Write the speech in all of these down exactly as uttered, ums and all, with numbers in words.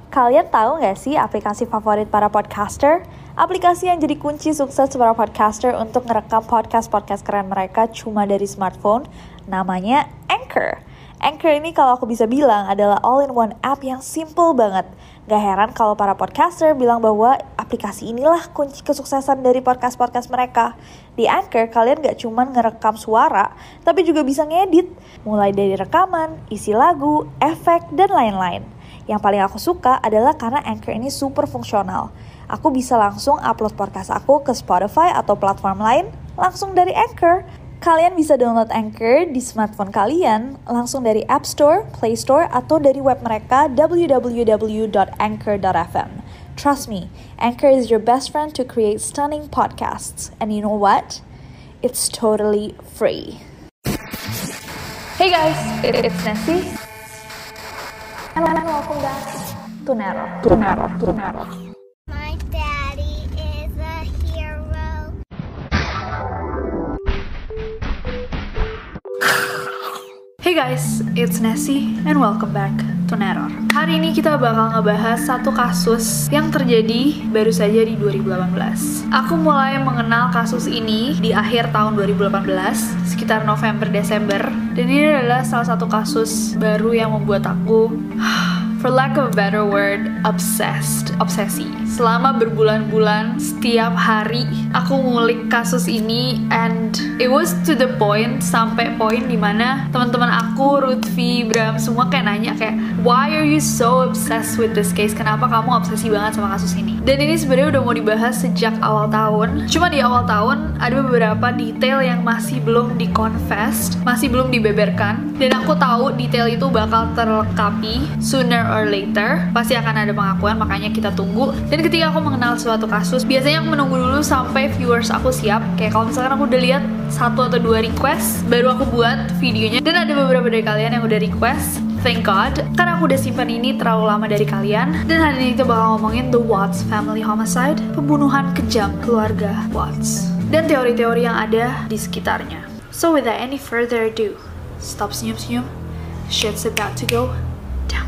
Kalian tahu nggak sih aplikasi favorit para podcaster? Aplikasi yang jadi kunci sukses para podcaster untuk ngerekam podcast-podcast keren mereka cuma dari smartphone, namanya Anchor. Anchor ini kalau aku bisa bilang adalah all-in-one app yang simple banget. Gak heran kalau para podcaster bilang bahwa aplikasi inilah kunci kesuksesan dari podcast-podcast mereka. Di Anchor, kalian gak cuma ngerekam suara, tapi juga bisa ngedit. Mulai dari rekaman, isi lagu, efek, dan lain-lain. Yang paling aku suka adalah karena Anchor ini super fungsional. Aku bisa langsung upload podcast aku ke Spotify atau platform lain langsung dari Anchor. Kalian bisa download Anchor di smartphone kalian langsung dari App Store, Play Store, atau dari web mereka w w w dot anchor dot f m. Trust me, Anchor is your best friend to create stunning podcasts. And you know what? It's totally free. Hey guys, it's Nancy. And welcome back to Nero. To Nero. To Nero. My daddy is a hero. Hey guys, it's Nessie and welcome back to Neror. Hari ini kita bakal ngebahas satu kasus yang terjadi baru saja di dua ribu delapan belas. Aku mulai mengenal kasus ini di akhir tahun dua ribu delapan belas, sekitar November Desember, dan ini adalah salah satu kasus baru yang membuat aku for lack of a better word, obsessed, obsesi. Selama berbulan-bulan, setiap hari aku ngulik kasus ini, and it was to the point, sampai poin dimana teman-teman aku, Rutfi, Bram, semua kayak nanya kayak, why are you so obsessed with this case? Kenapa kamu obsesi banget sama kasus ini? Dan ini sebenarnya udah mau dibahas sejak awal tahun. Cuma di awal tahun ada beberapa detail yang masih belum di-confessed, masih belum dibeberkan. Dan aku tahu detail itu bakal terlengkapi sooner or later, pasti akan ada pengakuan, makanya kita tunggu. Dan ketika aku mengenal suatu kasus, biasanya aku menunggu dulu sampai viewers aku siap. Kayak kalau misalkan aku udah lihat satu atau dua request, baru aku buat videonya. Dan ada beberapa dari kalian yang udah request, thank God, karena aku udah simpan ini terlalu lama dari kalian. Dan hari ini kita bakal ngomongin The Watts Family Homicide, pembunuhan kejam keluarga Watts, dan teori-teori yang ada di sekitarnya. So without any further ado, stop senyum-senyum, shit's about to go down.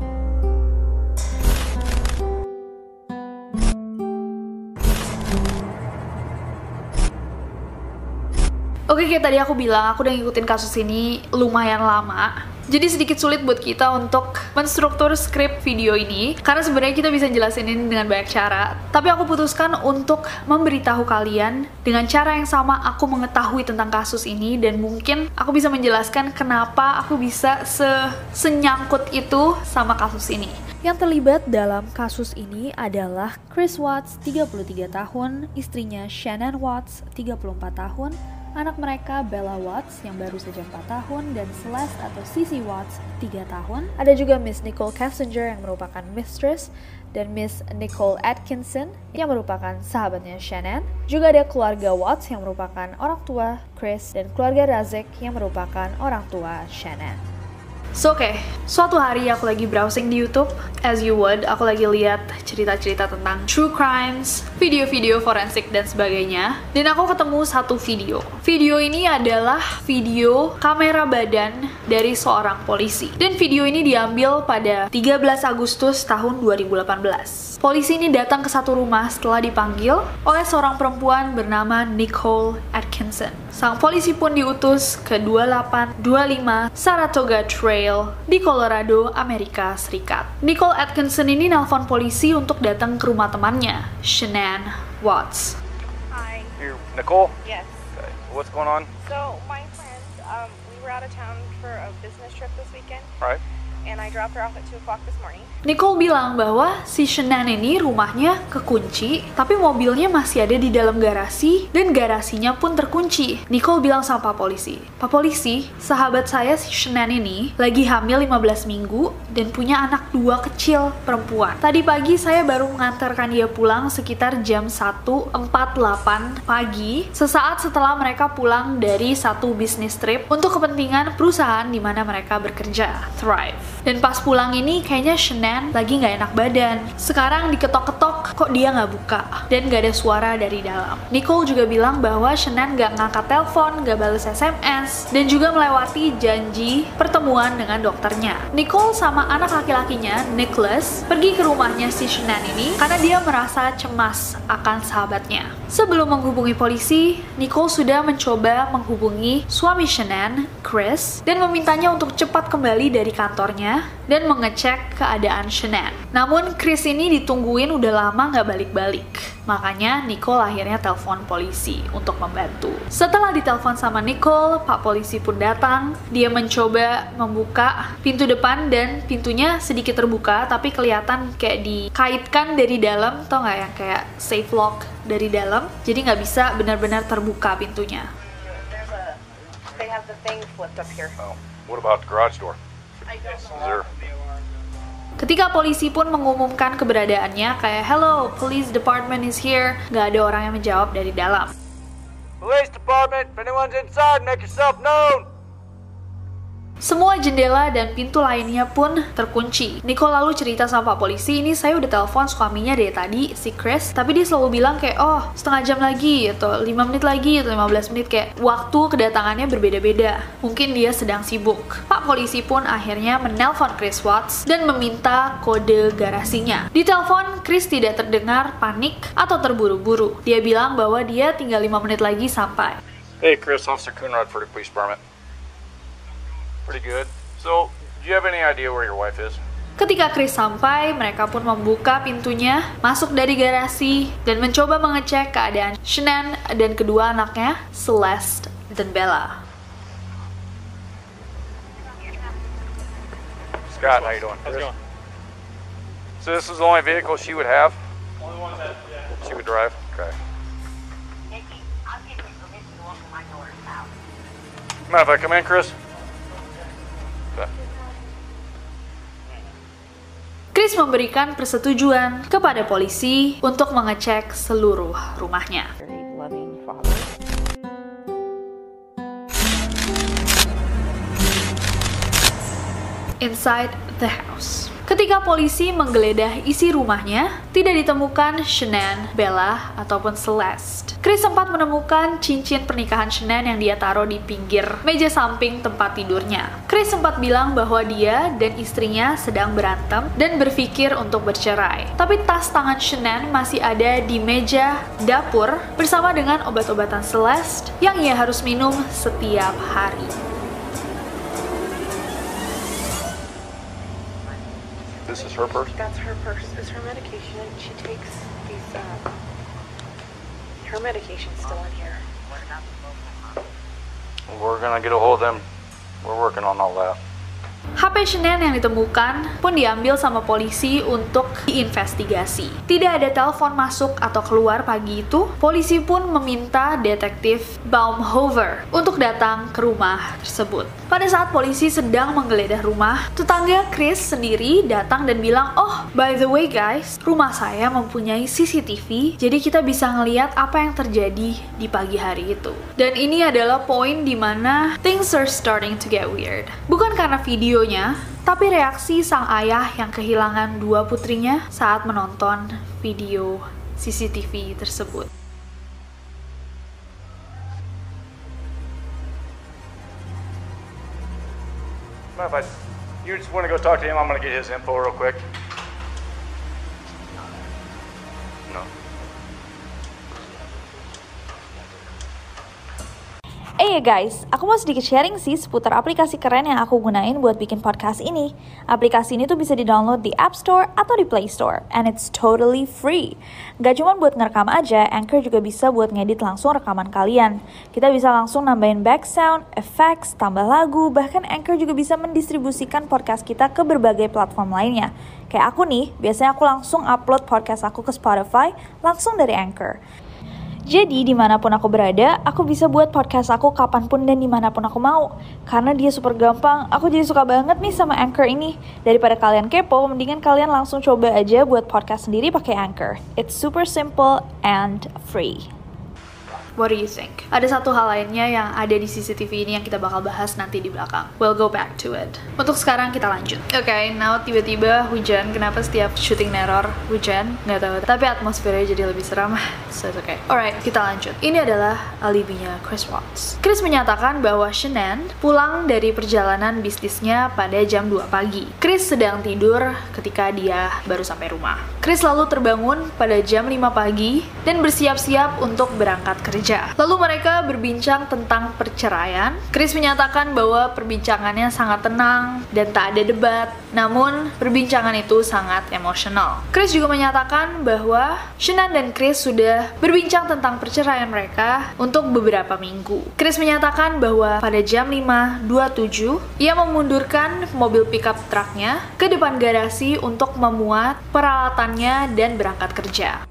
Oke, kayak tadi aku bilang, aku udah ngikutin kasus ini lumayan lama. Jadi sedikit sulit buat kita untuk menstruktur skrip video ini, karena sebenarnya kita bisa jelasin ini dengan banyak cara. Tapi aku putuskan untuk memberitahu kalian dengan cara yang sama aku mengetahui tentang kasus ini, dan mungkin aku bisa menjelaskan kenapa aku bisa se senyangkut itu sama kasus ini. Yang terlibat dalam kasus ini adalah Chris Watts, tiga puluh tiga tahun, istrinya Shannon Watts, tiga puluh empat tahun, anak mereka Bella Watts yang baru saja empat tahun, dan Celeste atau Cici Watts tiga tahun. Ada juga Miss Nicole Kessinger yang merupakan mistress, dan Miss Nicole Atkinson yang merupakan sahabatnya Shannon. Juga ada keluarga Watts yang merupakan orang tua Chris, dan keluarga Razek yang merupakan orang tua Shannon. So oke, okay. Suatu hari aku lagi browsing di YouTube, as you would, aku lagi lihat cerita-cerita tentang true crimes, video-video forensik dan sebagainya, dan aku ketemu satu video. Video ini adalah video kamera badan dari seorang polisi, dan video ini diambil pada tiga belas Agustus tahun dua ribu delapan belas. Polisi ini datang ke satu rumah setelah dipanggil oleh seorang perempuan bernama Nicole Atkinson. Sang polisi pun diutus ke dua delapan dua lima Saratoga Trail di Colorado, Amerika Serikat. Nicole Atkinson ini nelpon polisi untuk datang ke rumah temannya, Shannon Watts. Hi. You're Nicole? Yes. Okay. What's going on? So my friend, um, we were out of town for a business trip this weekend, Right. and I dropped her off at two o'clock this morning. Nicole bilang bahwa si Shannon ini rumahnya kekunci, tapi mobilnya masih ada di dalam garasi, dan garasinya pun terkunci. Nicole bilang sama Pak Polisi, Pak Polisi, sahabat saya si Shannon ini lagi hamil lima belas minggu dan punya anak dua kecil perempuan. Tadi pagi saya baru mengantarkan dia pulang sekitar jam satu empat puluh delapan pagi, sesaat setelah mereka pulang dari satu bisnis trip untuk kepentingan perusahaan di mana mereka bekerja, Thrive. Dan pas pulang ini kayaknya Shanann lagi nggak enak badan. Sekarang diketok-ketok, kok dia nggak buka dan nggak ada suara dari dalam. Nicole juga bilang bahwa Shanann nggak ngangkat telepon, nggak bales S M S, dan juga melewati janji pertemuan dengan dokternya. Nicole sama anak laki-lakinya, Nicholas, pergi ke rumahnya si Shanann ini karena dia merasa cemas akan sahabatnya. Sebelum menghubungi polisi, Nicole sudah mencoba menghubungi suami Shanann, Chris, dan memintanya untuk cepat kembali dari kantornya dan mengecek keadaan Shanann. Namun Chris ini ditungguin udah lama nggak balik-balik. Makanya Nicole akhirnya telepon polisi untuk membantu. Setelah ditelepon sama Nicole, Pak polisi pun datang. Dia mencoba membuka pintu depan dan pintunya sedikit terbuka, tapi kelihatan kayak dikaitkan dari dalam, tau nggak yang kayak safe lock dari dalam, jadi nggak bisa benar-benar terbuka pintunya. There's a, they have the thing flipped up here. Oh, what about the garage door? Is there... Ketika polisi pun mengumumkan keberadaannya, kayak hello, police department is here, nggak ada orang yang menjawab dari dalam. Police department, if anyone's inside, make yourself known. Semua jendela dan pintu lainnya pun terkunci. Nicole lalu cerita sama Pak polisi, ini saya udah telepon suaminya dari tadi, si Chris, tapi dia selalu bilang kayak, oh setengah jam lagi, atau lima menit lagi, atau lima belas menit, kayak waktu kedatangannya berbeda-beda. Mungkin dia sedang sibuk. Pak polisi pun akhirnya menelpon Chris Watts dan meminta kode garasinya. Di telepon, Chris tidak terdengar panik atau terburu-buru. Dia bilang bahwa dia tinggal lima menit lagi sampai. Hey Chris, Officer Coonrod for the police department. Pretty good. So, do you have any idea where your wife is? Ketika Chris sampai, mereka pun membuka pintunya, masuk dari garasi, dan mencoba mengecek keadaan Shanann dan kedua anaknya, Celeste dan Bella. Scott, how you doing? How's it going? So this is the only vehicle she would have? Only one that, yeah. She would drive? Okay. Nikki, I'm getting permission to walk in my daughter's house. Mind if I come in, Chris? Okay. Chris memberikan persetujuan kepada polisi untuk mengecek seluruh rumahnya. Very loving father. Inside the house. Ketika polisi menggeledah isi rumahnya, tidak ditemukan Shanann, Bella, ataupun Celeste. Chris sempat menemukan cincin pernikahan Shanann yang dia taruh di pinggir meja samping tempat tidurnya. Chris sempat bilang bahwa dia dan istrinya sedang berantem dan berpikir untuk bercerai. Tapi tas tangan Shanann masih ada di meja dapur bersama dengan obat-obatan Celeste yang ia harus minum setiap hari. This is her purse? That's her purse. It's her medication. She takes these, uh, her medication's still in here. We're gonna get a hold of them. We're working on all that. H P Shanann yang ditemukan pun diambil sama polisi untuk diinvestigasi. Tidak ada telepon masuk atau keluar pagi itu. Polisi pun meminta detektif Baumhover untuk datang ke rumah tersebut. Pada saat polisi sedang menggeledah rumah, tetangga Chris sendiri datang dan bilang, oh by the way guys, rumah saya mempunyai C C T V, jadi kita bisa ngeliat apa yang terjadi di pagi hari itu. Dan ini adalah poin dimana things are starting to get weird. Bukan karena videonya, tapi reaksi sang ayah yang kehilangan dua putrinya saat menonton video C C T V tersebut. Mind if I, you just want to go talk to him? I'm gonna get his info real quick. No. Eh ya guys, aku mau sedikit sharing sih seputar aplikasi keren yang aku gunain buat bikin podcast ini. Aplikasi ini tuh bisa di-download di App Store atau di Play Store, and it's totally free. Gak cuma buat ngerekam aja, Anchor juga bisa buat ngedit langsung rekaman kalian. Kita bisa langsung nambahin back sound, effects, tambah lagu, bahkan Anchor juga bisa mendistribusikan podcast kita ke berbagai platform lainnya. Kayak aku nih, biasanya aku langsung upload podcast aku ke Spotify langsung dari Anchor. Jadi dimanapun aku berada, aku bisa buat podcast aku kapanpun dan dimanapun aku mau. Karena dia super gampang, aku jadi suka banget nih sama Anchor ini. Daripada kalian kepo, mendingan kalian langsung coba aja buat podcast sendiri pakai Anchor. It's super simple and free. What do you think? Ada satu hal lainnya yang ada di C C T V ini yang kita bakal bahas nanti di belakang. We'll go back to it. Untuk sekarang kita lanjut. Oke, okay, now tiba-tiba hujan. Kenapa setiap syuting neror hujan? Nggak tahu. Tapi atmosfernya jadi lebih seram. So it's okay. Alright, kita lanjut. Ini adalah alibinya Chris Watts. Chris menyatakan bahwa Shanann pulang dari perjalanan bisnisnya pada jam dua pagi. Chris sedang tidur ketika dia baru sampai rumah. Chris lalu terbangun pada jam lima pagi dan bersiap-siap untuk berangkat kerja. Lalu mereka berbincang tentang perceraian. Chris menyatakan bahwa perbincangannya sangat tenang dan tak ada debat, namun perbincangan itu sangat emosional. Chris juga menyatakan bahwa Shanann dan Chris sudah berbincang tentang perceraian mereka untuk beberapa minggu. Chris menyatakan bahwa pada jam lima dua puluh tujuh, ia memundurkan mobil pickup truknya ke depan garasi untuk memuat peralatannya dan berangkat kerja.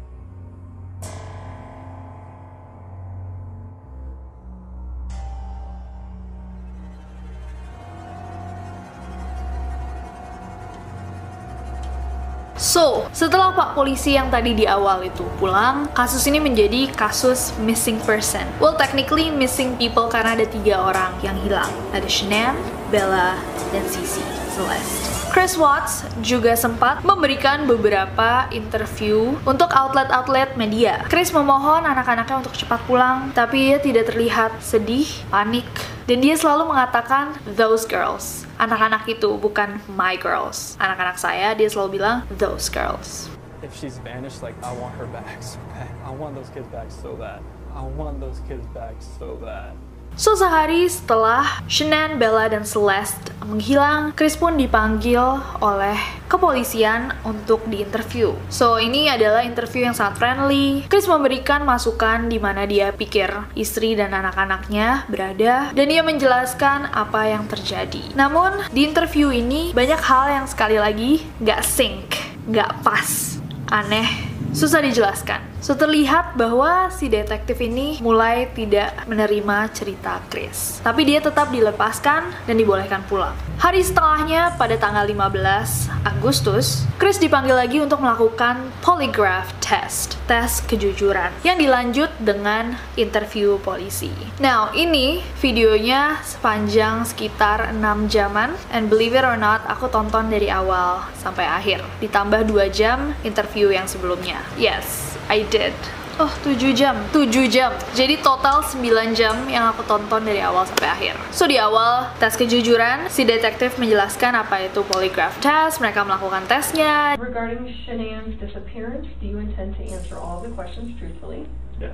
So, setelah Pak Polisi yang tadi di awal itu pulang, kasus ini menjadi kasus missing person. Well, technically missing people karena ada tiga orang yang hilang. Ada Shanann, Bella, dan Sissy, Celeste. Chris Watts juga sempat memberikan beberapa interview untuk outlet-outlet media. Chris memohon anak-anaknya untuk cepat pulang, tapi ia tidak terlihat sedih, panik, dan dia selalu mengatakan those girls. Anak-anak itu bukan my girls. Anak-anak saya, dia selalu bilang those girls. If she's vanished, like I want her back so bad. I want those kids back so bad. I want those kids back so bad. So, sehari setelah Shanann, Bella, dan Celeste menghilang, Chris pun dipanggil oleh kepolisian untuk diinterview. So, ini adalah interview yang sangat friendly. Chris memberikan masukan di mana dia pikir istri dan anak-anaknya berada, dan dia menjelaskan apa yang terjadi. Namun, di interview ini banyak hal yang sekali lagi gak sync, gak pas, aneh, susah dijelaskan. So, terlihat bahwa si detektif ini mulai tidak menerima cerita Chris. Tapi dia tetap dilepaskan dan dibolehkan pulang. Hari setelahnya, pada tanggal lima belas Agustus, Chris dipanggil lagi untuk melakukan polygraph test, tes kejujuran, yang dilanjut dengan interview polisi. Now, ini videonya sepanjang sekitar enam jaman, and believe it or not, aku tonton dari awal sampai akhir. Ditambah dua jam interview yang sebelumnya. Yes, I did. Oh, tujuh jam. tujuh jam. Jadi total sembilan jam yang aku tonton dari awal sampai akhir. So, di awal tes kejujuran, si detektif menjelaskan apa itu polygraph test, mereka melakukan tesnya. Regarding Shanann's disappearance, do you intend to answer all the questions truthfully? Yes.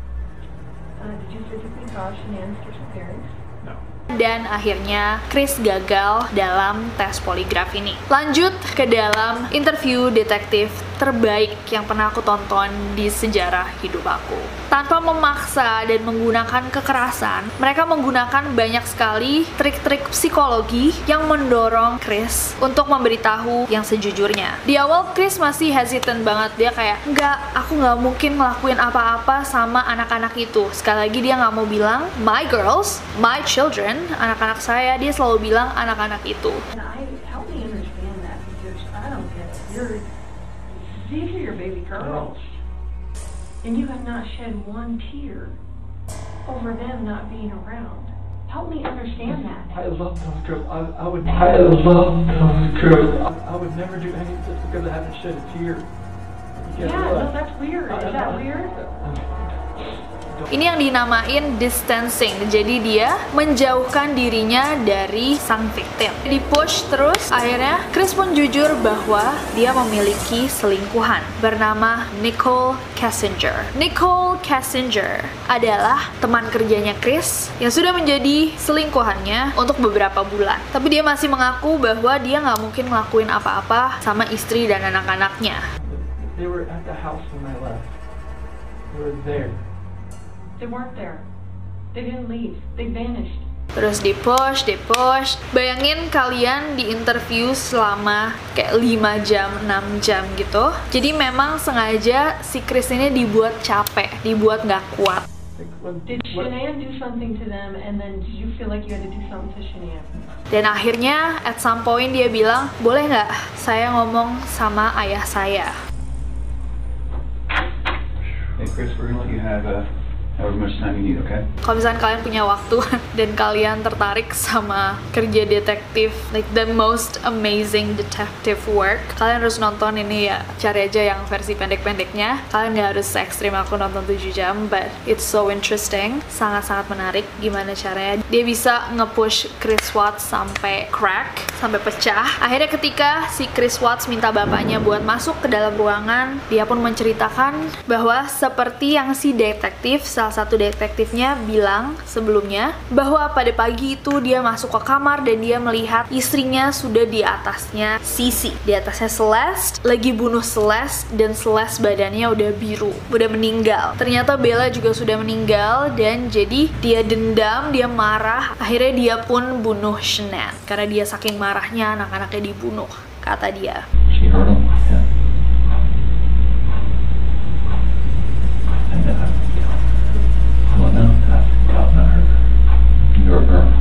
Uh, did you physically cause Shanann's disappearance? No. Dan akhirnya Chris gagal dalam tes poligraf ini. Lanjut ke dalam interview detektif terbaik yang pernah aku tonton di sejarah hidup aku. Tanpa memaksa dan menggunakan kekerasan, mereka menggunakan banyak sekali trik-trik psikologi yang mendorong Chris untuk memberitahu yang sejujurnya. Di awal Chris masih hesitant banget, dia kayak, enggak, aku nggak mungkin ngelakuin apa-apa sama anak-anak itu. Sekali lagi dia nggak mau bilang my girls, my children, anak-anak saya, dia selalu bilang anak-anak itu. And I help me understand that because I don't get it. You're, these are your baby girls, and you have not shed one tear over them not being around. Help me understand that. I love those girls. I, I would. I love those girls. I, I would never do anything just because I haven't shed a tear. You Yeah, no, that's weird. Is that weird? Ini yang dinamain distancing. Jadi dia menjauhkan dirinya dari sang victim. Di-push terus, akhirnya Chris pun jujur bahwa dia memiliki selingkuhan bernama Nicole Kessinger. Nicole Kessinger adalah teman kerjanya Chris yang sudah menjadi selingkuhannya untuk beberapa bulan. Tapi dia masih mengaku bahwa dia nggak mungkin ngelakuin apa-apa sama istri dan anak-anaknya. They were at the house when I left. They were there. They weren't there. They didn't leave. They vanished. Terus di-push, di-push. Bayangin kalian di-interview selama kayak lima jam, enam jam gitu. Jadi memang sengaja si Chris ini dibuat capek, dibuat nggak kuat. Did Shanann do something to them and then did you feel like you had to do something to Shanann? Dan akhirnya at some point dia bilang, boleh nggak saya ngomong sama ayah saya? Hey Chris, we're gonna let you have uh, However much time you need, okay? Kalau misalnya kalian punya waktu dan kalian tertarik sama kerja detektif, like the most amazing detective work, kalian harus nonton ini ya. Cari aja yang versi pendek-pendeknya. Kalian nggak harus ekstrim aku nonton tujuh jam, but it's so interesting. Sangat-sangat menarik gimana caranya dia bisa nge-push Chris Watts sampai crack, sampai pecah. Akhirnya ketika si Chris Watts minta bapaknya buat masuk ke dalam ruangan, dia pun menceritakan bahwa seperti yang si detektif, salah satu detektifnya bilang sebelumnya, bahwa pada pagi itu dia masuk ke kamar dan dia melihat istrinya sudah di atasnya Sisi, di atasnya Celeste, lagi bunuh Celeste, dan Celeste badannya udah biru, udah meninggal. Ternyata Bella juga sudah meninggal, dan jadi dia dendam, dia marah, akhirnya dia pun bunuh Shanann karena dia saking marahnya anak-anaknya dibunuh, kata dia. She hurt him? Yeah. And, uh, well, no, not, not her. You're a girl.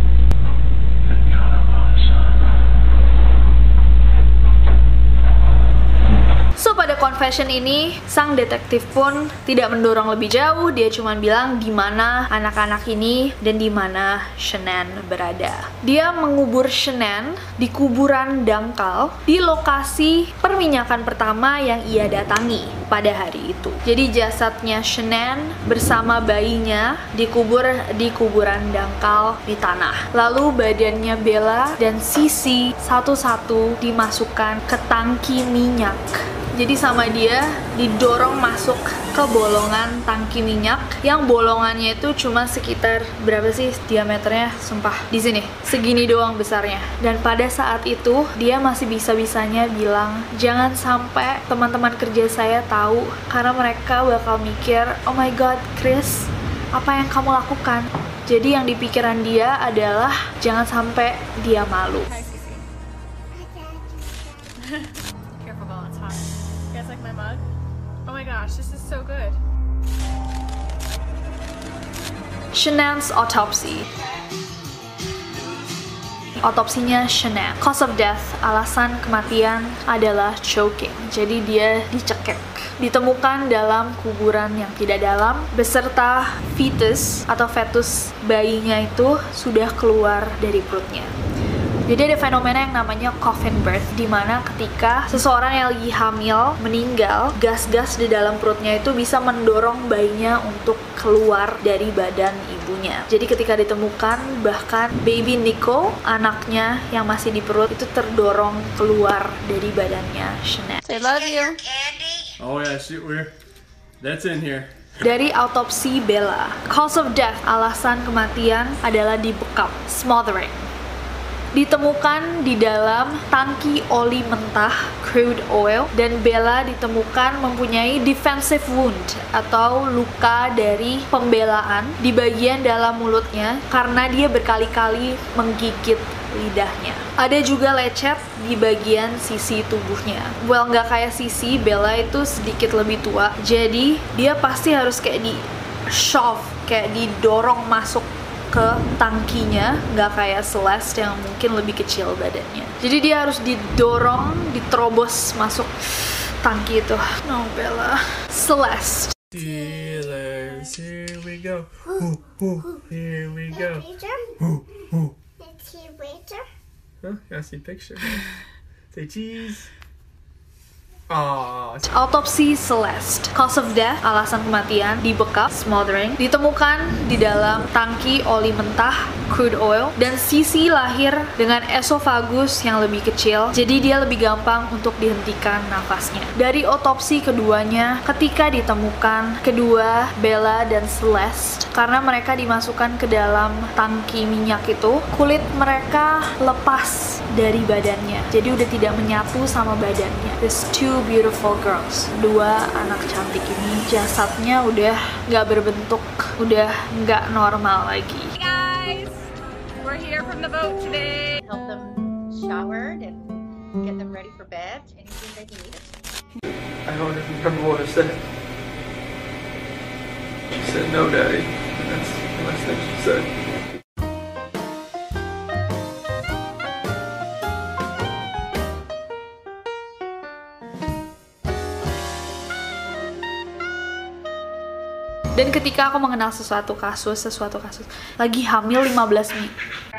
So pada confession ini, sang detektif pun tidak mendorong lebih jauh. Dia cuma bilang di mana anak-anak ini dan di mana Shanann berada. Dia mengubur Shanann di kuburan dangkal di lokasi perminyakan pertama yang ia datangi pada hari itu. Jadi jasadnya Shanann bersama bayinya dikubur di kuburan dangkal di tanah. Lalu badannya Bella dan Sisi satu-satu dimasukkan ke tangki minyak. Jadi sama dia didorong masuk ke bolongan tangki minyak yang bolongannya itu cuma sekitar berapa sih diameternya? Sumpah, di sini segini doang besarnya. Dan pada saat itu dia masih bisa-bisanya bilang jangan sampai teman-teman kerja saya tahu, karena mereka bakal mikir, oh my god Chris, apa yang kamu lakukan? Jadi yang di pikiran dia adalah jangan sampai dia malu. Careful, Bella, it's hot. You guys like my mug? Oh my gosh, this is so good. Shanann's autopsy. Otopsinya Shanann. Cause of death, alasan kematian adalah choking. Jadi dia dicekik. Ditemukan dalam kuburan yang tidak dalam beserta fetus atau fetus bayinya itu sudah keluar dari perutnya. Jadi ada fenomena yang namanya coffin birth, di mana ketika seseorang yang lagi hamil meninggal, gas-gas di dalam perutnya itu bisa mendorong bayinya untuk keluar dari badan ibunya. Jadi ketika ditemukan, bahkan baby Nico, anaknya yang masih di perut, itu terdorong keluar dari badannya Shanann. Say love you. Oh yeah, shoot, we're that's in here. Dari autopsi Bella, cause of death, alasan kematian adalah dibekap, smothering. Ditemukan di dalam tangki oli mentah, crude oil, dan Bella ditemukan mempunyai defensive wound atau luka dari pembelaan di bagian dalam mulutnya karena dia berkali-kali menggigit lidahnya. Ada juga lecet di bagian sisi tubuhnya. Well, nggak kayak Sisi, Bella itu sedikit lebih tua, jadi dia pasti harus kayak di shove, kayak didorong masuk ke tangkinya, nggak kayak Celeste yang mungkin lebih kecil badannya. Jadi dia harus didorong, diterobos masuk tangki itu. No, Bella. Celeste. Steelers, here we go. Ooh, ooh, here we go. Teacher? Ooh, ooh. Is he waiter? Huh? I see picture. Say cheese. Oh. Autopsi Celeste. Cause of death, alasan kematian, dibekap, smothering, ditemukan di dalam tangki oli mentah, crude oil, dan Sisi lahir dengan esofagus yang lebih kecil, jadi dia lebih gampang untuk dihentikan nafasnya. Dari otopsi keduanya, ketika ditemukan kedua Bella dan Celeste, karena mereka dimasukkan ke dalam tangki minyak itu, kulit mereka lepas dari badannya, jadi udah tidak menyatu sama badannya. These two beautiful girls, dua anak cantik ini, jasadnya udah nggak berbentuk, udah nggak normal lagi. Hey guys, we're here from the boat today. Help them showered and get them ready for bed. Anything that you need. I don't even remember what I said. She said, no, Daddy. And that's the last thing she said. Dan ketika aku mengenal sesuatu kasus, sesuatu kasus lagi hamil lima belas minggu.